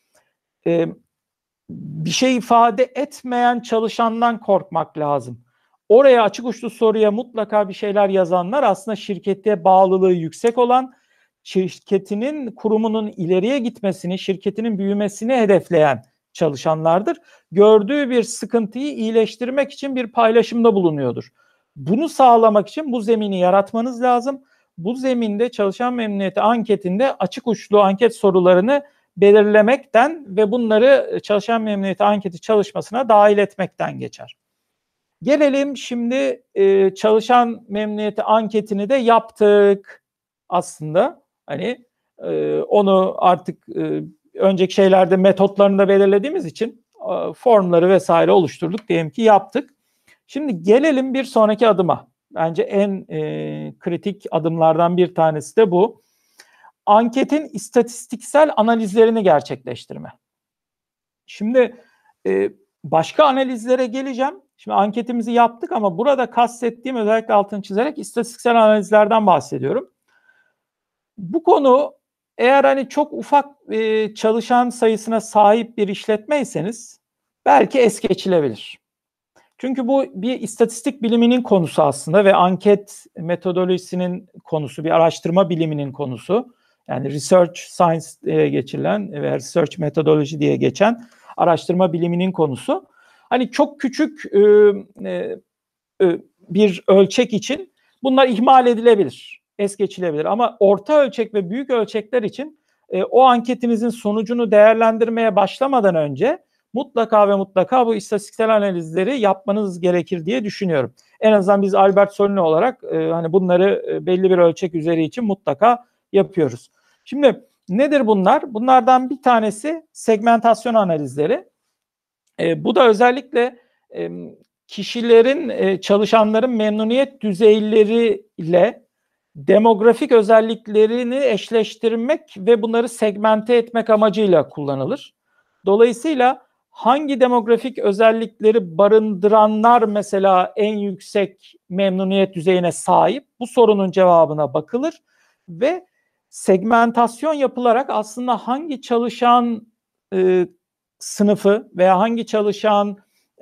Bir şey ifade etmeyen çalışandan korkmak lazım. Oraya açık uçlu soruya mutlaka bir şeyler yazanlar aslında şirkete bağlılığı yüksek olan, şirketinin, kurumunun ileriye gitmesini, şirketinin büyümesini hedefleyen çalışanlardır. Gördüğü bir sıkıntıyı iyileştirmek için bir paylaşımda bulunuyordur. Bunu sağlamak için bu zemini yaratmanız lazım. Bu zeminde çalışan memnuniyeti anketinde açık uçlu anket sorularını belirlemekten ve bunları çalışan memnuniyeti anketi çalışmasına dahil etmekten geçer. Gelelim şimdi çalışan memnuniyeti anketini de yaptık aslında. Hani onu artık önceki şeylerde metotlarını da belirlediğimiz için formları vesaire oluşturduk. Diyelim ki yaptık. Şimdi gelelim bir sonraki adıma. Bence en kritik adımlardan bir tanesi de bu. anketin istatistiksel analizlerini gerçekleştirme. Şimdi başka analizlere geleceğim. Şimdi anketimizi yaptık ama burada kastettiğim, özellikle altını çizerek, istatistiksel analizlerden bahsediyorum. Bu konu, eğer hani çok ufak çalışan sayısına sahip bir işletmeyseniz belki es geçilebilir. Çünkü bu bir istatistik biliminin konusu aslında ve anket metodolojisinin konusu, bir araştırma biliminin konusu. Yani research science diye geçilen ve research methodology diye geçen araştırma biliminin konusu. Hani çok küçük bir ölçek için bunlar ihmal edilebilir, es geçilebilir. Ama orta ölçek ve büyük ölçekler için o anketinizin sonucunu değerlendirmeye başlamadan önce mutlaka ve mutlaka bu istatistiksel analizleri yapmanız gerekir diye düşünüyorum. En azından biz Albert Solini olarak hani bunları belli bir ölçek üzeri için mutlaka yapıyoruz. Şimdi nedir bunlar? Bunlardan bir tanesi segmentasyon analizleri. Bu da özellikle kişilerin, çalışanların memnuniyet düzeyleriyle demografik özelliklerini eşleştirmek ve bunları segmente etmek amacıyla kullanılır. Dolayısıyla hangi demografik özellikleri barındıranlar mesela en yüksek memnuniyet düzeyine sahip, bu sorunun cevabına bakılır ve segmentasyon yapılarak aslında hangi çalışan sınıfı veya hangi çalışan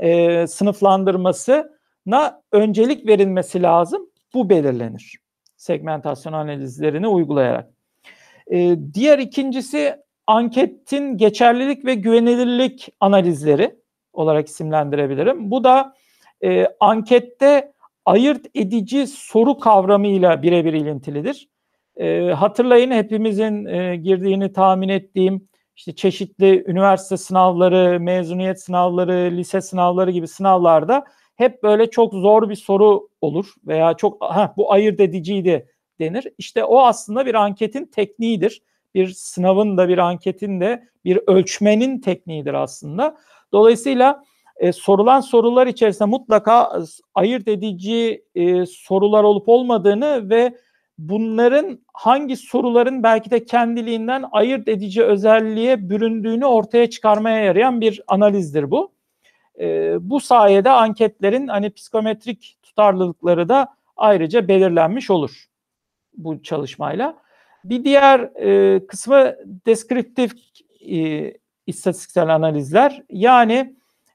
sınıflandırmasına öncelik verilmesi lazım, bu belirlenir segmentasyon analizlerini uygulayarak. Diğer ikincisi anketin geçerlilik ve güvenilirlik analizleri olarak isimlendirebilirim. Bu da ankette ayırt edici soru kavramıyla birebir ilintilidir. Hatırlayın, hepimizin girdiğini tahmin ettiğim işte çeşitli üniversite sınavları, mezuniyet sınavları, lise sınavları gibi sınavlarda hep böyle çok zor bir soru olur veya çok bu ayırt ediciydi denir. İşte o aslında bir anketin tekniğidir. Bir sınavın da, bir anketin de, bir ölçmenin tekniğidir aslında. Dolayısıyla sorulan sorular içerisinde mutlaka ayırt edici sorular olup olmadığını ve bunların hangi soruların belki de kendiliğinden ayırt edici özelliğe büründüğünü ortaya çıkarmaya yarayan bir analizdir bu. Bu sayede anketlerin hani psikometrik tutarlılıkları da ayrıca belirlenmiş olur bu çalışmayla. Bir diğer kısmı deskriptif istatistiksel analizler. Yani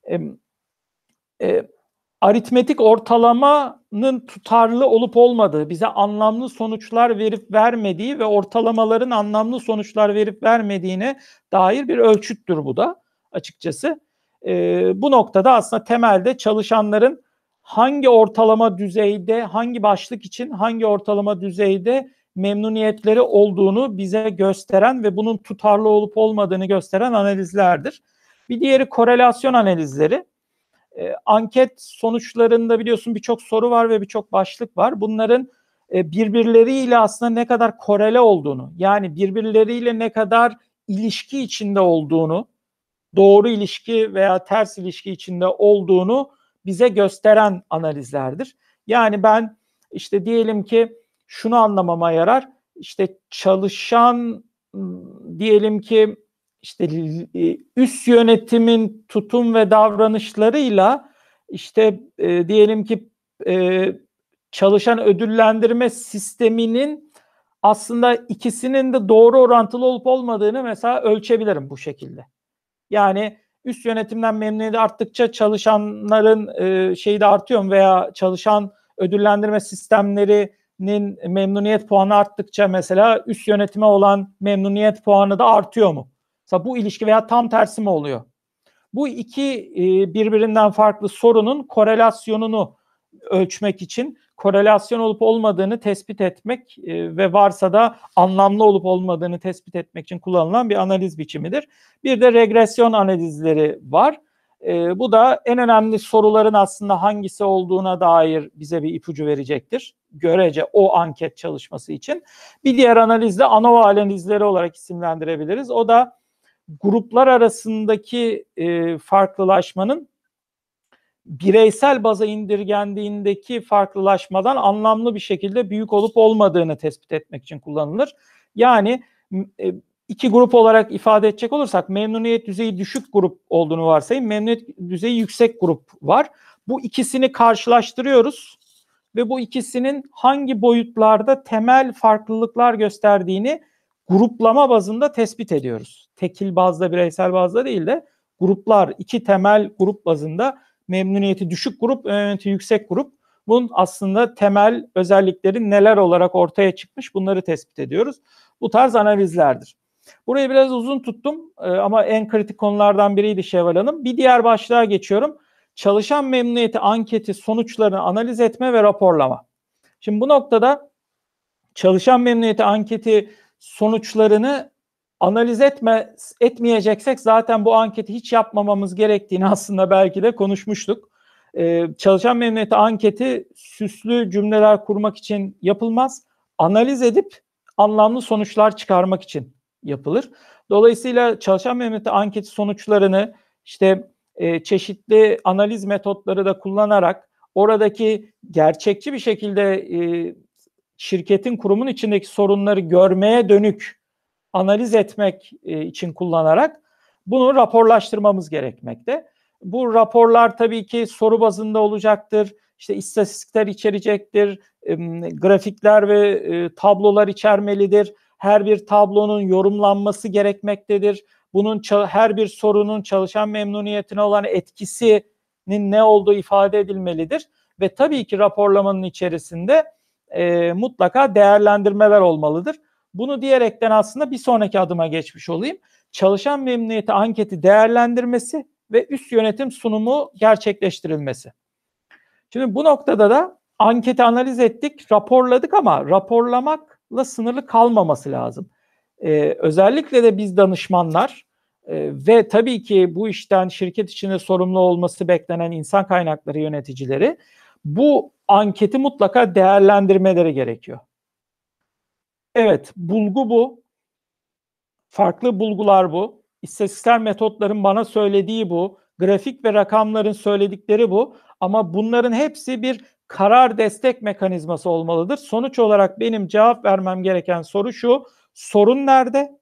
aritmetik ortalamanın tutarlı olup olmadığı, bize anlamlı sonuçlar verip vermediği ve ortalamaların anlamlı sonuçlar verip vermediğine dair bir ölçüttür bu da açıkçası. Bu noktada aslında temelde çalışanların hangi ortalama düzeyde, hangi başlık için hangi ortalama düzeyde memnuniyetleri olduğunu bize gösteren ve bunun tutarlı olup olmadığını gösteren analizlerdir. Bir diğeri korelasyon analizleri. Anket sonuçlarında biliyorsun birçok soru var ve birçok başlık var. Bunların birbirleriyle aslında ne kadar korele olduğunu, yani birbirleriyle ne kadar ilişki içinde olduğunu, doğru ilişki veya ters ilişki içinde olduğunu bize gösteren analizlerdir. Yani ben işte diyelim ki şunu anlamama yarar. İşte çalışan diyelim ki işte üst yönetimin tutum ve davranışlarıyla işte diyelim ki çalışan ödüllendirme sisteminin aslında ikisinin de doğru orantılı olup olmadığını mesela ölçebilirim bu şekilde. Yani üst yönetimden memnuniyet arttıkça çalışanların şeyi de artıyor mu veya çalışan ödüllendirme sistemlerinin memnuniyet puanı arttıkça mesela üst yönetime olan memnuniyet puanı da artıyor mu? Mesela bu ilişki veya tam tersi mi oluyor? Bu iki birbirinden farklı sorunun korelasyonunu ölçmek için korelasyon olup olmadığını tespit etmek ve varsa da anlamlı olup olmadığını tespit etmek için kullanılan bir analiz biçimidir. Bir de regresyon analizleri var. Bu da en önemli soruların aslında hangisi olduğuna dair bize bir ipucu verecektir. Görece o anket çalışması için. Bir diğer analiz de ANOVA analizleri olarak isimlendirebiliriz. O da gruplar arasındaki farklılaşmanın bireysel baza indirgendiğindeki farklılaşmadan anlamlı bir şekilde büyük olup olmadığını tespit etmek için kullanılır. Yani İki grup olarak ifade edecek olursak memnuniyet düzeyi düşük grup olduğunu varsayın. Memnuniyet düzeyi yüksek grup var. Bu ikisini karşılaştırıyoruz ve bu ikisinin hangi boyutlarda temel farklılıklar gösterdiğini gruplama bazında tespit ediyoruz. Tekil bazda, bireysel bazda değil de gruplar, iki temel grup bazında memnuniyeti düşük grup, memnuniyeti yüksek grup. Bunun aslında temel özellikleri neler olarak ortaya çıkmış, bunları tespit ediyoruz. Bu tarz analizlerdir. Burayı biraz uzun tuttum ama en kritik konulardan biriydi Şevval Hanım. Bir diğer başlığa geçiyorum. Çalışan memnuniyeti anketi sonuçlarını analiz etme ve raporlama. Şimdi bu noktada çalışan memnuniyeti anketi sonuçlarını analiz etmeyeceksek zaten bu anketi hiç yapmamamız gerektiğini aslında belki de konuşmuştuk. Çalışan memnuniyeti anketi süslü cümleler kurmak için yapılmaz. Analiz edip anlamlı sonuçlar çıkarmak için yapılır. Dolayısıyla çalışan memnuniyeti anketi sonuçlarını işte çeşitli analiz metotları da kullanarak oradaki gerçekçi bir şekilde şirketin, kurumun içindeki sorunları görmeye dönük analiz etmek için kullanarak bunu raporlaştırmamız gerekmekte. Bu raporlar tabii ki soru bazında olacaktır. İşte istatistikler içerecektir, grafikler ve tablolar içermelidir. Her bir tablonun yorumlanması gerekmektedir. Bunun her bir sorunun çalışan memnuniyetine olan etkisinin ne olduğu ifade edilmelidir. Ve tabii ki raporlamanın içerisinde mutlaka değerlendirmeler olmalıdır. Bunu diyerekten aslında bir sonraki adıma geçmiş olayım. Çalışan memnuniyeti anketi değerlendirmesi ve üst yönetim sunumu gerçekleştirilmesi. Şimdi bu noktada da anketi analiz ettik, raporladık ama raporlamakla sınırlı kalmaması lazım. Özellikle de biz danışmanlar ve tabii ki bu işten şirket içinde sorumlu olması beklenen insan kaynakları yöneticileri bu anketi mutlaka değerlendirmeleri gerekiyor. Evet, bulgu bu. Farklı bulgular bu. İstatistiksel metotların bana söylediği bu. Grafik ve rakamların söyledikleri bu. Ama bunların hepsi bir karar destek mekanizması olmalıdır. Sonuç olarak benim cevap vermem gereken soru şu: sorun nerede?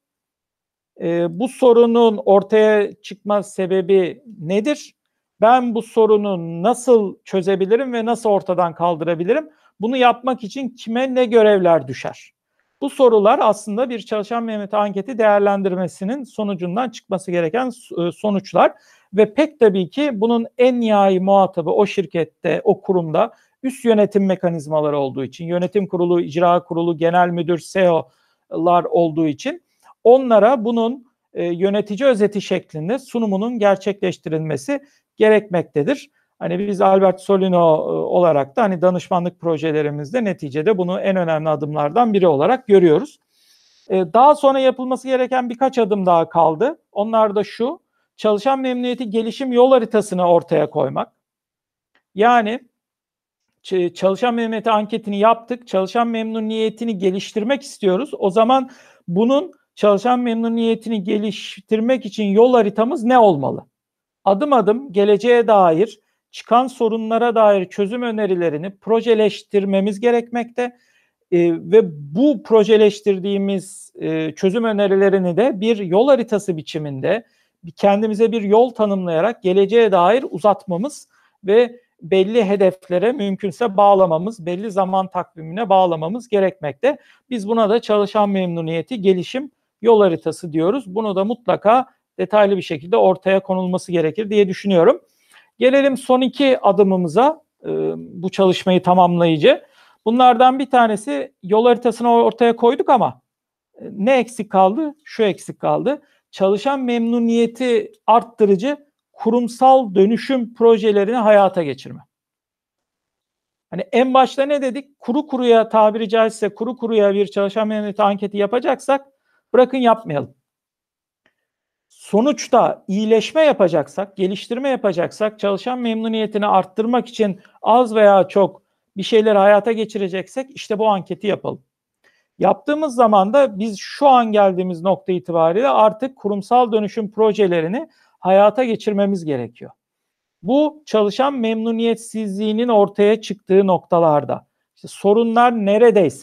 Bu sorunun ortaya çıkma sebebi nedir? Ben bu sorunu nasıl çözebilirim ve nasıl ortadan kaldırabilirim? Bunu yapmak için kime ne görevler düşer? Bu sorular aslında bir çalışan memnuniyeti anketi değerlendirmesinin sonucundan çıkması gereken sonuçlar ve pek tabii ki bunun en nihai muhatabı o şirkette, o kurumda üst yönetim mekanizmaları olduğu için, yönetim kurulu, icra kurulu, genel müdür, CEO'lar olduğu için onlara bunun yönetici özeti şeklinde sunumunun gerçekleştirilmesi gerekmektedir. Hani biz Albert Solino olarak da hani danışmanlık projelerimizde neticede bunu en önemli adımlardan biri olarak görüyoruz. Daha sonra yapılması gereken birkaç adım daha kaldı. Onlar da şu: çalışan memnuniyeti gelişim yol haritasını ortaya koymak. Yani çalışan memnuniyeti anketini yaptık. Çalışan memnuniyetini geliştirmek istiyoruz. O zaman bunun çalışan memnuniyetini geliştirmek için yol haritamız ne olmalı? Adım adım geleceğe dair, çıkan sorunlara dair çözüm önerilerini projeleştirmemiz gerekmekte. Ve bu projeleştirdiğimiz çözüm önerilerini de bir yol haritası biçiminde kendimize bir yol tanımlayarak geleceğe dair uzatmamız ve belli hedeflere mümkünse bağlamamız, belli zaman takvimine bağlamamız gerekmekte. Biz buna da çalışan memnuniyeti gelişim yol haritası diyoruz. Bunu da mutlaka detaylı bir şekilde ortaya konulması gerekir diye düşünüyorum. Gelelim son iki adımımıza, bu çalışmayı tamamlayıcı. Bunlardan bir tanesi, yol haritasını ortaya koyduk ama ne eksik kaldı? Şu eksik kaldı: çalışan memnuniyeti arttırıcı kurumsal dönüşüm projelerini hayata geçirme. Hani en başta ne dedik? Kuru kuruya, tabiri caizse kuru kuruya bir çalışan memnuniyeti anketi yapacaksak bırakın yapmayalım. Sonuçta iyileşme yapacaksak, geliştirme yapacaksak, çalışan memnuniyetini arttırmak için az veya çok bir şeyleri hayata geçireceksek işte bu anketi yapalım. Yaptığımız zaman da biz şu an geldiğimiz nokta itibariyle artık kurumsal dönüşüm projelerini hayata geçirmemiz gerekiyor. Bu çalışan memnuniyetsizliğinin ortaya çıktığı noktalarda, işte sorunlar neredeyse,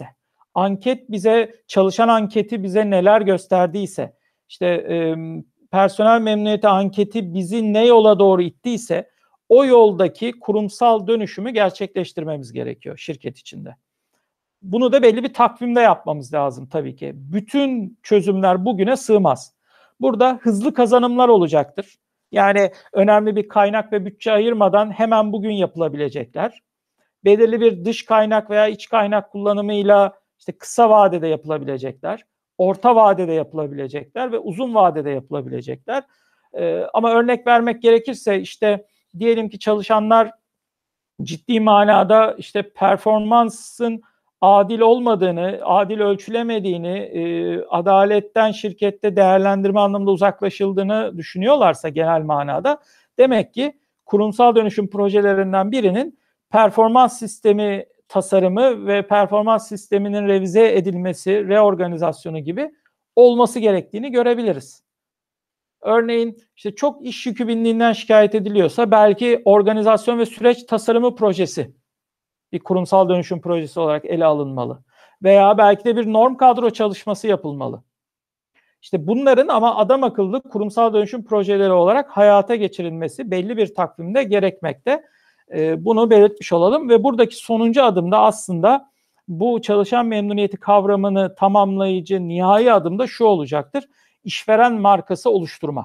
çalışan anketi bize neler gösterdiyse, işte personel memnuniyeti anketi bizi ne yola doğru ittiyse, o yoldaki kurumsal dönüşümü gerçekleştirmemiz gerekiyor şirket içinde. Bunu da belli bir takvimde yapmamız lazım tabii ki. Bütün çözümler bugüne sığmaz. Burada hızlı kazanımlar olacaktır. Yani önemli bir kaynak ve bütçe ayırmadan hemen bugün yapılabilecekler. Belirli bir dış kaynak veya iç kaynak kullanımıyla işte kısa vadede yapılabilecekler, orta vadede yapılabilecekler ve uzun vadede yapılabilecekler. Ama örnek vermek gerekirse işte diyelim ki çalışanlar ciddi manada işte performansın adil olmadığını, adil ölçülemediğini, adaletten şirkette değerlendirme anlamında uzaklaşıldığını düşünüyorlarsa genel manada, demek ki kurumsal dönüşüm projelerinden birinin performans sistemi tasarımı ve performans sisteminin revize edilmesi, reorganizasyonu gibi olması gerektiğini görebiliriz. Örneğin işte çok iş yükü bindiğinden şikayet ediliyorsa belki organizasyon ve süreç tasarımı projesi bir kurumsal dönüşüm projesi olarak ele alınmalı. Veya belki de bir norm kadro çalışması yapılmalı. İşte bunların ama adam akıllı kurumsal dönüşüm projeleri olarak hayata geçirilmesi belli bir takvimde gerekmekte. Bunu belirtmiş olalım ve buradaki sonuncu adımda aslında bu çalışan memnuniyeti kavramını tamamlayıcı nihai adımda şu olacaktır: İşveren markası oluşturma.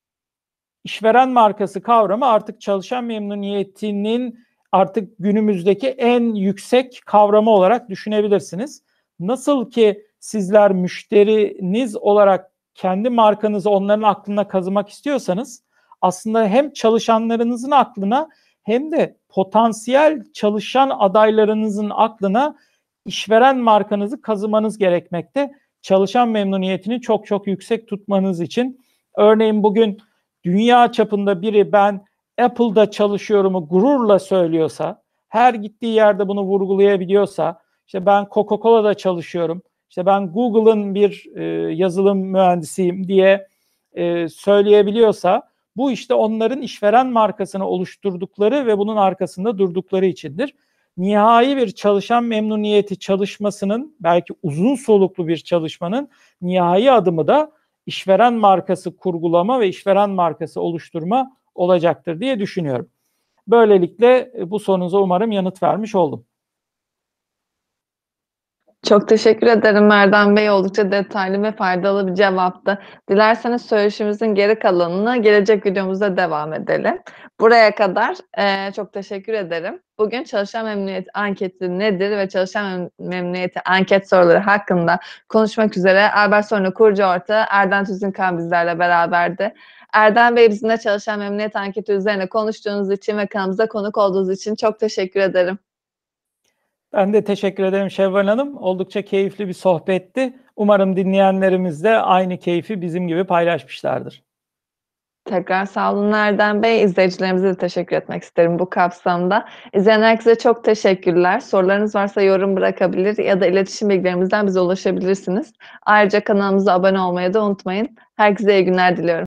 İşveren markası kavramı artık çalışan memnuniyetinin artık günümüzdeki en yüksek kavramı olarak düşünebilirsiniz. Nasıl ki sizler müşteriniz olarak kendi markanızı onların aklına kazımak istiyorsanız, aslında hem çalışanlarınızın aklına hem de potansiyel çalışan adaylarınızın aklına işveren markanızı kazımanız gerekmekte. Çalışan memnuniyetini çok çok yüksek tutmanız için. Örneğin bugün dünya çapında biri ben Apple'da çalışıyorumu gururla söylüyorsa, her gittiği yerde bunu vurgulayabiliyorsa, işte ben Coca-Cola'da çalışıyorum, işte ben Google'ın bir yazılım mühendisiyim diye söyleyebiliyorsa, bu işte onların işveren markasını oluşturdukları ve bunun arkasında durdukları içindir. Nihai bir çalışan memnuniyeti çalışmasının, belki uzun soluklu bir çalışmanın nihai adımı da işveren markası kurgulama ve işveren markası oluşturma olacaktır diye düşünüyorum. Böylelikle bu sorunuza umarım yanıt vermiş oldum. Çok teşekkür ederim Erdem Bey. Oldukça detaylı ve faydalı bir cevaptı. Dilerseniz söyleşimizin geri kalanına gelecek videomuzda devam edelim. Buraya kadar çok teşekkür ederim. Bugün çalışan memnuniyeti anketi nedir ve çalışan memnuniyeti anket soruları hakkında konuşmak üzere Albert Sorunu kurucu ortağı Erdem Tüzünkan bizlerle beraberdi. Erdem Bey, bizimle çalışan memnuniyet anketi üzerine konuştuğunuz için ve kanalımıza konuk olduğunuz için çok teşekkür ederim. Ben de teşekkür ederim Şevval Hanım. Oldukça keyifli bir sohbetti. Umarım dinleyenlerimiz de aynı keyfi bizim gibi paylaşmışlardır. Tekrar sağ olun Erdem Bey. İzleyicilerimize de teşekkür etmek isterim bu kapsamda. İzleyen herkese çok teşekkürler. Sorularınız varsa yorum bırakabilir ya da iletişim bilgilerimizden bize ulaşabilirsiniz. Ayrıca kanalımıza abone olmayı da unutmayın. Herkese iyi günler diliyorum.